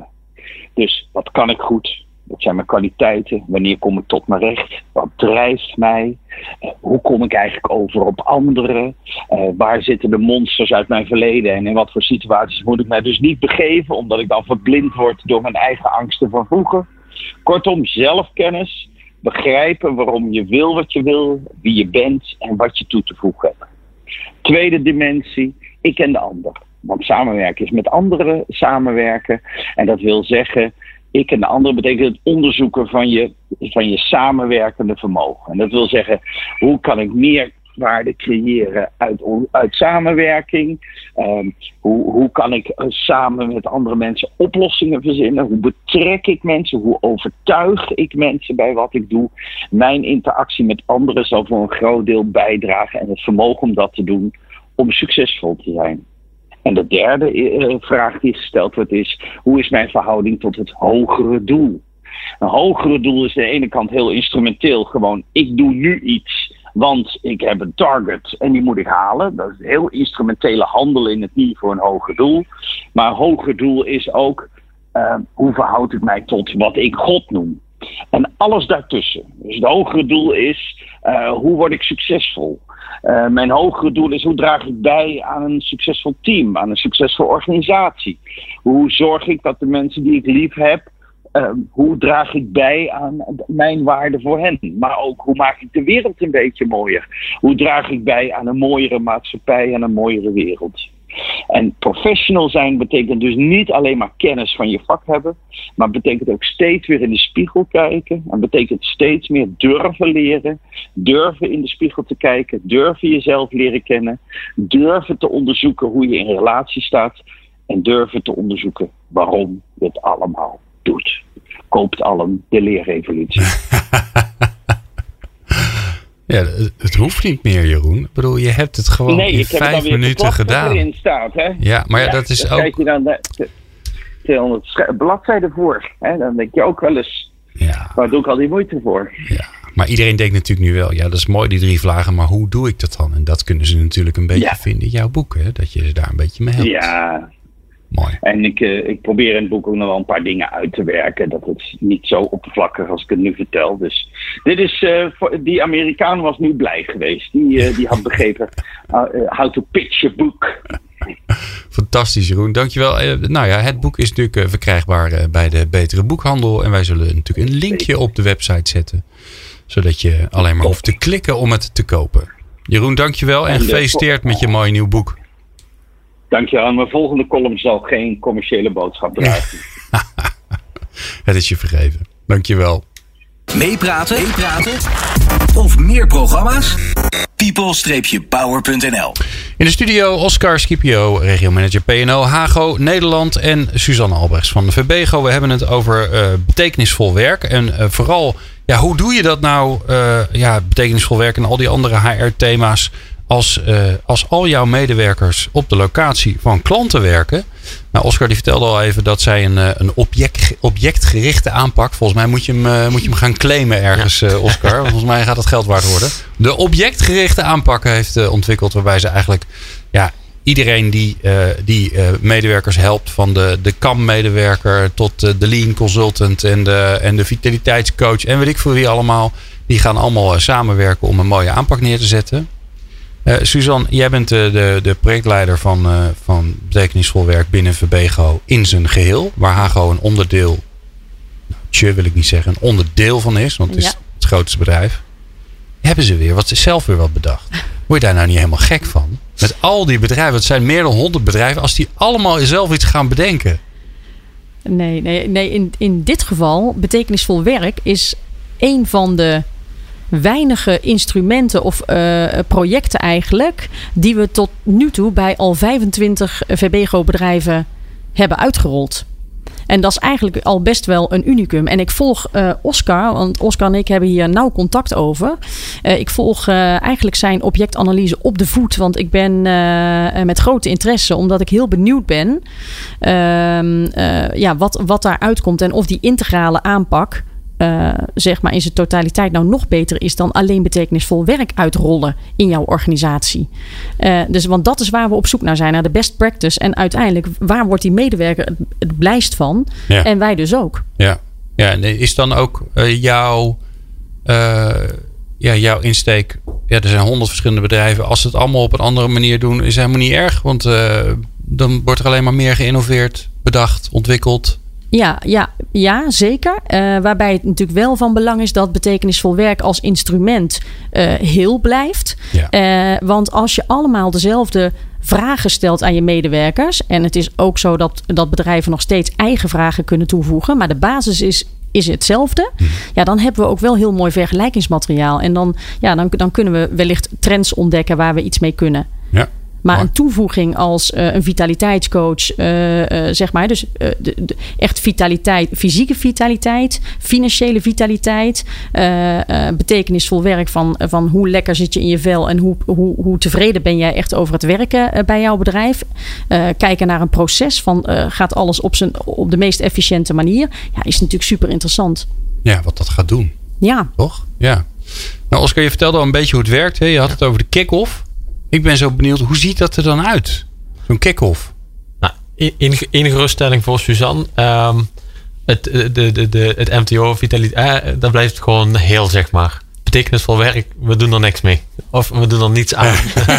Dus wat kan ik goed? Wat zijn mijn kwaliteiten? Wanneer kom ik tot mijn recht? Wat drijft mij? Uh, hoe kom ik eigenlijk over op anderen? Uh, waar zitten de monsters uit mijn verleden? En in wat voor situaties moet ik mij dus niet begeven, omdat ik dan verblind word door mijn eigen angsten van vroeger? Kortom, zelfkennis. Begrijpen waarom je wil wat je wil, wie je bent en wat je toe te voegen hebt. Tweede dimensie, ik en de ander. Want samenwerken is met anderen samenwerken. En dat wil zeggen, ik en de ander betekent het onderzoeken van je, van je samenwerkende vermogen. En dat wil zeggen, hoe kan ik meer waarde creëren uit, uit samenwerking? Um, hoe, hoe kan ik uh, samen met andere mensen oplossingen verzinnen? Hoe betrek ik mensen? Hoe overtuig ik mensen bij wat ik doe? Mijn interactie met anderen zal voor een groot deel bijdragen en het vermogen om dat te doen, om succesvol te zijn. En de derde uh, vraag die gesteld wordt is, hoe is mijn verhouding tot het hogere doel? Een hogere doel is aan de ene kant heel instrumenteel, gewoon ik doe nu iets, want ik heb een target en die moet ik halen. Dat is heel instrumentele handelen in het niet voor een hoger doel. Maar een hoger doel is ook, uh, hoe verhoud ik mij tot wat ik God noem? En alles daartussen. Dus het hogere doel is, uh, hoe word ik succesvol? Uh, mijn hogere doel is, hoe draag ik bij aan een succesvol team, aan een succesvolle organisatie? Hoe zorg ik dat de mensen die ik lief heb, Uh, hoe draag ik bij aan mijn waarde voor hen? Maar ook, hoe maak ik de wereld een beetje mooier? Hoe draag ik bij aan een mooiere maatschappij en een mooiere wereld? En professional zijn betekent dus niet alleen maar kennis van je vak hebben, maar betekent ook steeds weer in de spiegel kijken. En betekent steeds meer durven leren, durven in de spiegel te kijken, durven jezelf leren kennen, durven te onderzoeken hoe je in relatie staat en durven te onderzoeken waarom je het allemaal doet. Koopt allen de leerrevolutie. Ja, het, het hoeft niet meer, Jeroen. Ik bedoel, je hebt het gewoon nee, in vijf minuten gedaan. Nee, ik heb het alweer staat, hè? Ja, maar ja, ja, dat is dan ook... kijk je dan de, de tweehonderd bladzijden voor. Hè? Dan denk je ook wel eens, ja. waar doe ik al die moeite voor? Ja, maar iedereen denkt natuurlijk nu wel, ja, dat is mooi die drie vlagen, maar hoe doe ik dat dan? En dat kunnen ze natuurlijk een beetje ja. vinden in jouw boek, hè? Dat je ze daar een beetje mee helpt. Ja, mooi. En ik, uh, ik probeer in het boek ook nog wel een paar dingen uit te werken. Dat het niet zo oppervlakkig als ik het nu vertel. Dus dit is, uh, voor, die Amerikaan was nu blij geweest. Die, uh, die had begrepen uh, uh, how to pitch a book. Fantastisch, Jeroen. Dankjewel. Uh, nou ja, het boek is natuurlijk uh, verkrijgbaar uh, bij de Betere Boekhandel. En wij zullen natuurlijk een linkje op de website zetten. Zodat je alleen maar hoeft te klikken om het te kopen. Jeroen, dankjewel. En gefeliciteerd met je mooie nieuw boek. Dankjewel. Mijn volgende column zal geen commerciële boodschap dragen. Het is je vergeven. Dankjewel. Meepraten? Meepraten? Of meer programma's? people power punt n l. In de studio Oscar Scipio, regiomanager P en O Hago Nederland en Suzanne Albrechts van de Verbego. We hebben het over uh, betekenisvol werk en uh, vooral, ja, hoe doe je dat nou, uh, ja, betekenisvol werk en al die andere H R-thema's als, uh, als al jouw medewerkers op de locatie van klanten werken. Nou, Oscar die vertelde al even dat zij een, een object, objectgerichte aanpak. Volgens mij moet je hem, uh, moet je hem gaan claimen ergens, ja. uh, Oscar. Volgens mij gaat het geld waard worden. De objectgerichte aanpak heeft uh, ontwikkeld waarbij ze eigenlijk ja, iedereen die, uh, die uh, medewerkers helpt, van de, de C A M-medewerker tot uh, de Lean Consultant en de, en de vitaliteitscoach en weet ik veel wie allemaal. Die gaan allemaal uh, samenwerken om een mooie aanpak neer te zetten. Uh, Suzanne, jij bent uh, de, de projectleider van, uh, van betekenisvol werk binnen Verbego in zijn geheel. Waar Hago een onderdeel, tje wil ik niet zeggen, een onderdeel van is. Want het is ja. het grootste bedrijf. Hebben ze weer, wat ze zelf weer wat bedacht. Word je daar nou niet helemaal gek van? Met al die bedrijven, het zijn meer dan honderd bedrijven. Als die allemaal zelf iets gaan bedenken. Nee, nee, nee in, in dit geval, betekenisvol werk is een van de weinige instrumenten of uh, projecten eigenlijk die we tot nu toe bij al vijfentwintig Verbego-bedrijven hebben uitgerold. En dat is eigenlijk al best wel een unicum. En ik volg uh, Oscar, want Oscar en ik hebben hier nauw contact over. Uh, ik volg uh, eigenlijk zijn objectanalyse op de voet. Want ik ben uh, met grote interesse, omdat ik heel benieuwd ben uh, uh, ja, wat, wat daar uitkomt en of die integrale aanpak Uh, zeg maar in zijn totaliteit nou nog beter is dan alleen betekenisvol werk uitrollen in jouw organisatie. Uh, dus want dat is waar we op zoek naar zijn, naar de best practice. En uiteindelijk, waar wordt die medewerker het, het blijst van? Ja. En wij dus ook. Ja, ja en is dan ook uh, jouw, uh, ja, jouw insteek? Ja, er zijn honderd verschillende bedrijven. Als ze het allemaal op een andere manier doen, is helemaal niet erg. Want uh, dan wordt er alleen maar meer geïnnoveerd, bedacht, ontwikkeld. Ja, ja, ja, zeker. Uh, waarbij het natuurlijk wel van belang is dat betekenisvol werk als instrument uh, heel blijft. Ja. Uh, want als je allemaal dezelfde vragen stelt aan je medewerkers. En het is ook zo dat, dat bedrijven nog steeds eigen vragen kunnen toevoegen. Maar de basis is, is hetzelfde. Hmm. Ja, dan hebben we ook wel heel mooi vergelijkingsmateriaal. En dan, ja, dan, dan kunnen we wellicht trends ontdekken waar we iets mee kunnen. Ja. Maar een toevoeging als uh, een vitaliteitscoach, uh, uh, zeg maar. Dus uh, de, de, echt vitaliteit, fysieke vitaliteit, financiële vitaliteit. Uh, uh, betekenisvol werk van, van hoe lekker zit je in je vel en hoe, hoe, hoe tevreden ben jij echt over het werken uh, bij jouw bedrijf. Uh, kijken naar een proces van uh, gaat alles op, zijn, op de meest efficiënte manier. Ja, is natuurlijk super interessant. Ja, wat dat gaat doen. Ja. Toch? Ja. Nou, Oscar, je vertelde al een beetje hoe het werkt. Hè? Je had het over de kick-off. Ik ben zo benieuwd, hoe ziet dat er dan uit? Zo'n kick-off. Nou, één geruststelling voor Suzanne. Um, het, de, de, de, het M T O, vitaliteit, eh, dat blijft gewoon heel, zeg maar. Betekenisvol werk, we doen er niks mee. Of we doen er niets aan.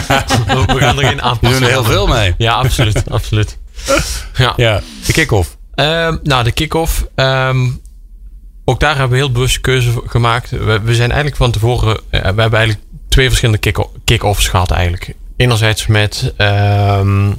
we, we gaan er geen aanpassing. We doen er heel veel mee. Ja, absoluut. absoluut. Ja. ja, de kick-off. Um, nou, de kick-off. Um, ook daar hebben we heel bewust keuze gemaakt. We, we zijn eigenlijk van tevoren... Uh, we hebben eigenlijk twee verschillende kick-offs gehad eigenlijk. Enerzijds met um,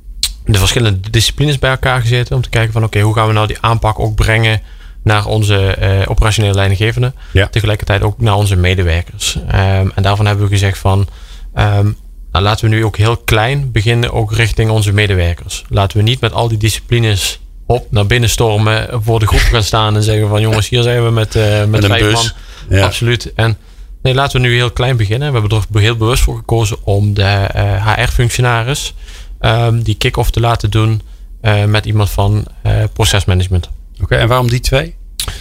de verschillende disciplines bij elkaar gezeten. Om te kijken van oké, okay, hoe gaan we nou die aanpak ook brengen naar onze uh, operationele leidinggevenden. Ja. Tegelijkertijd ook naar onze medewerkers. Um, en daarvan hebben we gezegd van um, nou, laten we nu ook heel klein beginnen ook richting onze medewerkers. Laten we niet met al die disciplines op naar binnen stormen, voor de groep gaan staan en zeggen van jongens, hier zijn we met, uh, met, met vijf man. Ja. Absoluut. En nee, laten we nu heel klein beginnen. We hebben er heel bewust voor gekozen om de uh, H R-functionaris um, die kick-off te laten doen uh, met iemand van uh, procesmanagement. Oké, okay, en waarom die twee?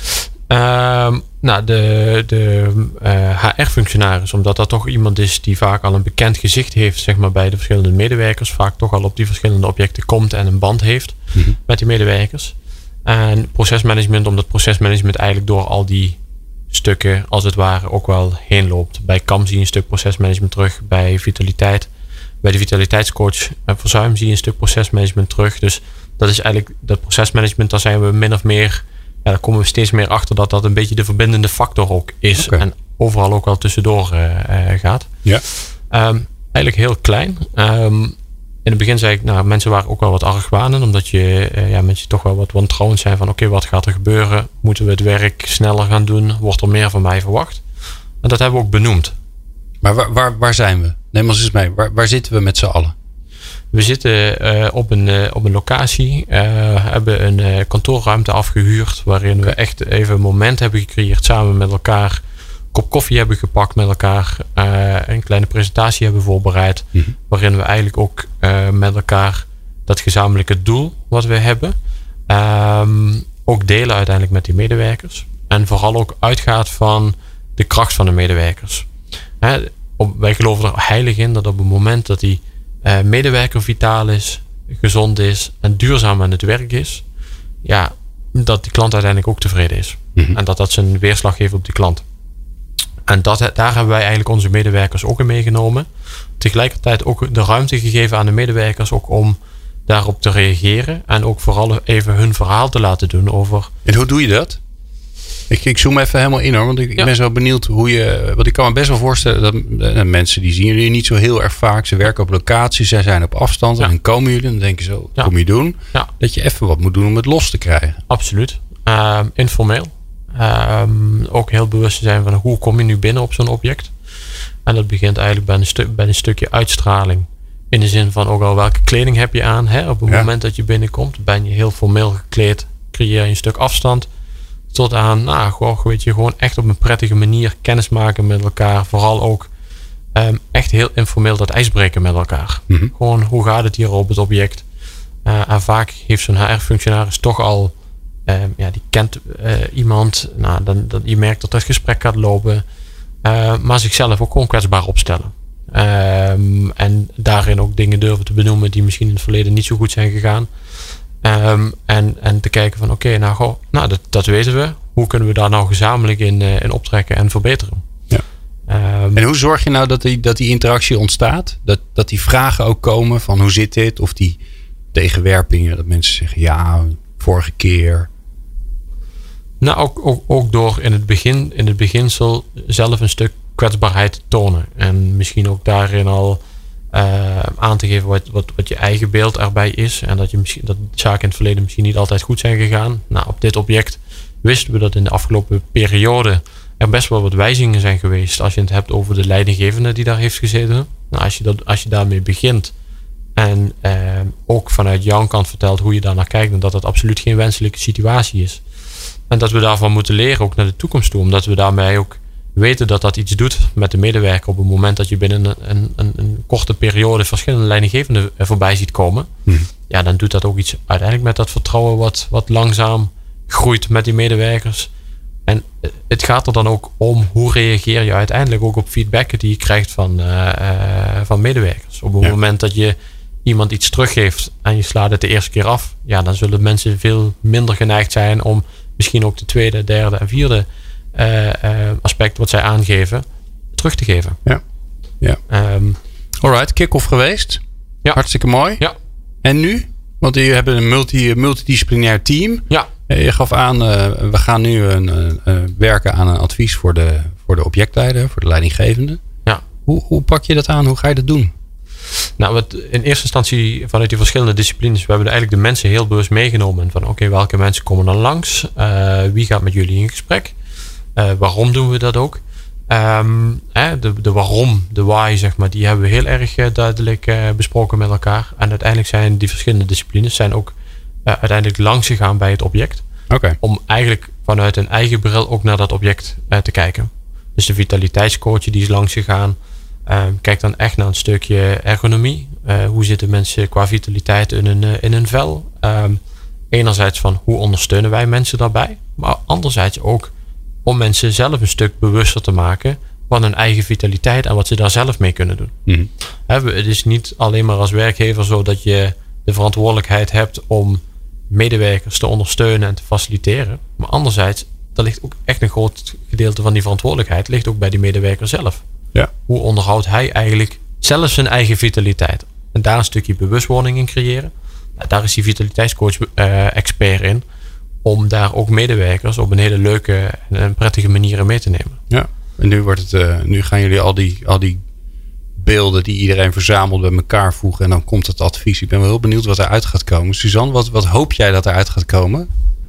Um, nou, de, de uh, H R-functionaris, omdat dat toch iemand is die vaak al een bekend gezicht heeft, zeg maar, bij de verschillende medewerkers. Vaak toch al op die verschillende objecten komt en een band heeft mm-hmm. met die medewerkers. En procesmanagement, omdat procesmanagement eigenlijk door al die stukken, als het ware, ook wel heen loopt. Bij C A M zie je een stuk procesmanagement terug. Bij vitaliteit Bij de vitaliteitscoach uh, verzuim zie je een stuk procesmanagement terug. Dus dat is eigenlijk dat procesmanagement, daar zijn we min of meer, ja, daar komen we steeds meer achter dat dat een beetje de verbindende factor ook is. Okay. En overal ook wel tussendoor uh, uh, gaat. Ja. Um, eigenlijk heel klein. Um, in het begin zei ik, nou, mensen waren ook wel wat argwanend, omdat je, uh, ja, mensen toch wel wat wantrouwend zijn van oké, okay, wat gaat er gebeuren? Moeten we het werk sneller gaan doen? Wordt er meer van mij verwacht? En dat hebben we ook benoemd. Maar waar, waar, waar zijn we? Neem ons eens mee. Waar, waar zitten we met z'n allen? We zitten uh, op, een, uh, op een locatie. Uh, hebben een uh, kantoorruimte afgehuurd. Waarin we echt even een moment hebben gecreëerd. Samen met elkaar. Een kop koffie hebben gepakt met elkaar. Uh, een kleine presentatie hebben voorbereid. Mm-hmm. Waarin we eigenlijk ook uh, met elkaar dat gezamenlijke doel wat we hebben. Um, ook delen uiteindelijk met die medewerkers. En vooral ook uitgaat van de kracht van de medewerkers. He, op, wij geloven er heilig in dat op het moment dat die uh, medewerker vitaal is, gezond is en duurzaam aan het werk is, ja, dat die klant uiteindelijk ook tevreden is. Mm-hmm. En dat dat zijn weerslag geeft op die klant. En dat, daar hebben wij eigenlijk onze medewerkers ook in meegenomen. Tegelijkertijd ook de ruimte gegeven aan de medewerkers ook om daarop te reageren. En ook vooral even hun verhaal te laten doen over... En hoe doe je dat? Ik, ik zoom even helemaal in hoor. Want ik, ja. ik ben zo benieuwd hoe je... Want ik kan me best wel voorstellen dat uh, mensen die zien jullie niet zo heel erg vaak. Ze werken op locatie, zij zijn op afstand. Ja. En dan komen jullie en dan denken ze, wat ja. kom je doen? Ja. Dat je even wat moet doen om het los te krijgen. Absoluut. Uh, informeel. Um, ook heel bewust zijn van hoe kom je nu binnen op zo'n object. En dat begint eigenlijk bij een, stu- bij een stukje uitstraling. In de zin van ook al welke kleding heb je aan. Hè? Op het ja. moment dat je binnenkomt ben je heel formeel gekleed. Creëer je een stuk afstand. Tot aan, nou, gewoon, weet je, gewoon echt op een prettige manier kennis maken met elkaar. Vooral ook um, echt heel informeel dat ijsbreken met elkaar. Mm-hmm. Gewoon, hoe gaat het hier op het object? Uh, en vaak heeft zo'n H R-functionaris toch al, um, ja, die kent uh, iemand. Nou, dan, dan, je merkt dat het gesprek gaat lopen. Uh, maar zichzelf ook gewoon kwetsbaar opstellen. Um, en daarin ook dingen durven te benoemen die misschien in het verleden niet zo goed zijn gegaan. Um, en, en te kijken van oké, okay, nou, goh, nou dat, dat weten we. Hoe kunnen we daar nou gezamenlijk in, uh, in optrekken en verbeteren? Ja. Um, en hoe zorg je nou dat die, dat die interactie ontstaat? Dat, dat die vragen ook komen van hoe zit dit? Of die tegenwerpingen, dat mensen zeggen ja, vorige keer. Nou, ook, ook, ook door in het begin, in het beginsel zelf een stuk kwetsbaarheid te tonen. En misschien ook daarin al Uh, aan te geven wat, wat, wat je eigen beeld erbij is. En dat, je misschien, dat zaken in het verleden misschien niet altijd goed zijn gegaan. Nou, op dit object wisten we dat in de afgelopen periode er best wel wat wijzigingen zijn geweest. Als je het hebt over de leidinggevende die daar heeft gezeten. Nou, als je, dat, als je daarmee begint en uh, ook vanuit jouw kant vertelt hoe je daar naar kijkt. En dat dat absoluut geen wenselijke situatie is. En dat we daarvan moeten leren ook naar de toekomst toe. Omdat we daarmee ook weten dat dat iets doet met de medewerker op het moment dat je binnen een, een, een, een korte periode verschillende leidinggevenden voorbij ziet komen. Hmm. Ja, dan doet dat ook iets uiteindelijk met dat vertrouwen wat, wat langzaam groeit met die medewerkers. En het gaat er dan ook om hoe reageer je uiteindelijk ook op feedback die je krijgt van, uh, uh, van medewerkers. Op het ja. moment dat je iemand iets teruggeeft en je slaat het de eerste keer af, ja, dan zullen mensen veel minder geneigd zijn om misschien ook de tweede, derde en vierde Uh, uh, aspect wat zij aangeven terug te geven. Ja. ja. Um, Alright, kick-off geweest. Ja. Hartstikke mooi. Ja. En nu? Want jullie hebben een multi, multidisciplinair team. Ja. Je gaf aan, uh, we gaan nu een, uh, werken aan een advies voor de, voor de objectleider, voor de leidinggevende. Ja. Hoe, hoe pak je dat aan? Hoe ga je dat doen? Nou, wat in eerste instantie vanuit die verschillende disciplines, we hebben eigenlijk de mensen heel bewust meegenomen. Van oké, okay, welke mensen komen er langs? Uh, wie gaat met jullie in gesprek? Uh, waarom doen we dat ook? Um, eh, de, de waarom, de why, zeg maar, die hebben we heel erg uh, duidelijk uh, besproken met elkaar. En uiteindelijk zijn die verschillende disciplines zijn ook uh, uiteindelijk langs gegaan bij het object. Okay. Om eigenlijk vanuit een eigen bril ook naar dat object uh, te kijken. Dus de vitaliteitscoach die is langs gegaan. Uh, kijk dan echt naar een stukje ergonomie. Uh, hoe zitten mensen qua vitaliteit in hun, uh, in hun vel? Um, enerzijds van hoe ondersteunen wij mensen daarbij? Maar anderzijds ook om mensen zelf een stuk bewuster te maken van hun eigen vitaliteit en wat ze daar zelf mee kunnen doen. Mm-hmm. He, het is niet alleen maar als werkgever zo dat je de verantwoordelijkheid hebt om medewerkers te ondersteunen en te faciliteren. Maar anderzijds, er ligt ook echt een groot gedeelte van die verantwoordelijkheid ligt ook bij die medewerker zelf. Ja. Hoe onderhoudt hij eigenlijk zelfs hun eigen vitaliteit. En daar een stukje bewustwording in creëren. Nou, daar is die vitaliteitscoach uh, expert in. Om daar ook medewerkers op een hele leuke en prettige manier mee te nemen. Ja, en nu, wordt het, uh, nu gaan jullie al die, al die beelden die iedereen verzamelt bij elkaar voegen. En dan komt het advies. Ik ben wel heel benieuwd wat eruit gaat komen. Suzanne, wat, wat hoop jij dat eruit gaat komen?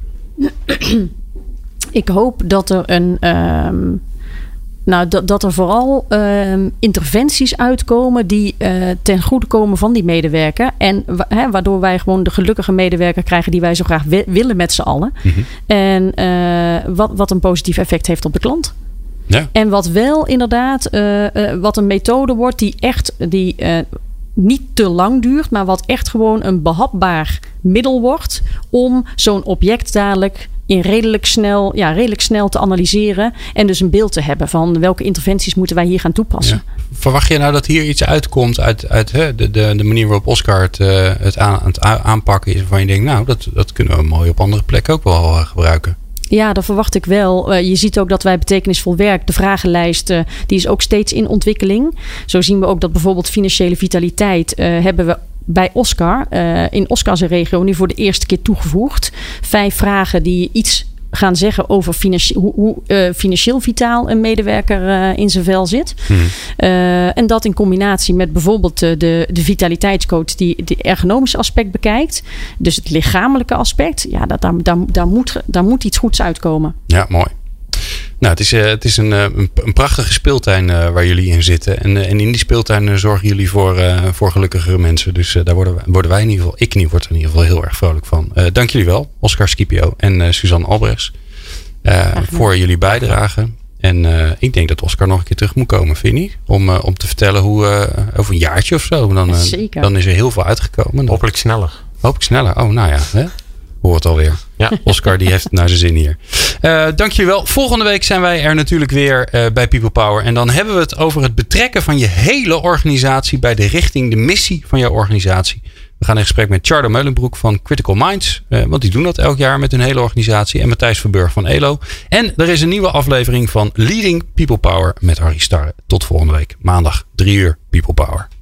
Ik hoop dat er een... Um, nou, dat, dat er vooral um, interventies uitkomen die uh, ten goede komen van die medewerker. En hè, waardoor wij gewoon de gelukkige medewerker krijgen die wij zo graag wi- willen met z'n allen. Mm-hmm. En uh, wat, wat een positief effect heeft op de klant. Ja. En wat wel inderdaad, uh, uh, wat een methode wordt die echt die, uh, niet te lang duurt, maar wat echt gewoon een behapbaar middel wordt om zo'n object dadelijk in redelijk snel, ja, redelijk snel te analyseren en dus een beeld te hebben van welke interventies moeten wij hier gaan toepassen. Ja. Verwacht je nou dat hier iets uitkomt uit, uit hè, de, de, de manier waarop Oscar het, uh, het, aan, het aanpakken is, waarvan je denkt, nou, dat, dat kunnen we mooi op andere plekken ook wel uh, gebruiken? Ja, dat verwacht ik wel. Uh, je ziet ook dat wij betekenisvol werk, de vragenlijst, uh, die is ook steeds in ontwikkeling. Zo zien we ook dat bijvoorbeeld financiële vitaliteit uh, hebben we bij Oscar, uh, in Oscar's regio, nu voor de eerste keer toegevoegd. Vijf vragen die iets gaan zeggen over financi- hoe, hoe uh, financieel vitaal een medewerker uh, in zijn vel zit. Hmm. Uh, en dat in combinatie met bijvoorbeeld uh, de, de vitaliteitscoach die de ergonomische aspect bekijkt. Dus het lichamelijke aspect. Ja, dat, daar, daar, daar, moet, daar moet iets goeds uitkomen. Ja, mooi. Nou, het is, uh, het is een, een, een prachtige speeltuin uh, waar jullie in zitten. En, uh, en in die speeltuin uh, zorgen jullie voor, uh, voor gelukkigere mensen. Dus uh, daar worden wij, worden wij in ieder geval, ik in ieder geval, word er in ieder geval heel erg vrolijk van. Uh, dank jullie wel, Oscar Scipio en uh, Suzanne Albrechts, uh, voor jullie bijdrage. En uh, ik denk dat Oscar nog een keer terug moet komen, vind je niet? Om, uh, om te vertellen hoe, uh, over een jaartje of zo. Dan, uh, dan is er heel veel uitgekomen. Hopelijk sneller. Hopelijk sneller. Oh, nou ja. Hè? Hoor het alweer. Ja. Oscar die heeft het naar zijn zin hier. Uh, dank je wel. Volgende week zijn wij er natuurlijk weer uh, bij People Power. En dan hebben we het over het betrekken van je hele organisatie bij de richting, de missie van jouw organisatie. We gaan in gesprek met Tjardo Meulenbroek van Critical Minds. Uh, want die doen dat elk jaar met hun hele organisatie. En Matthijs Verburg van Elo. En er is een nieuwe aflevering van Leading People Power met Harry Starre. Tot volgende week. Maandag drie uur People Power.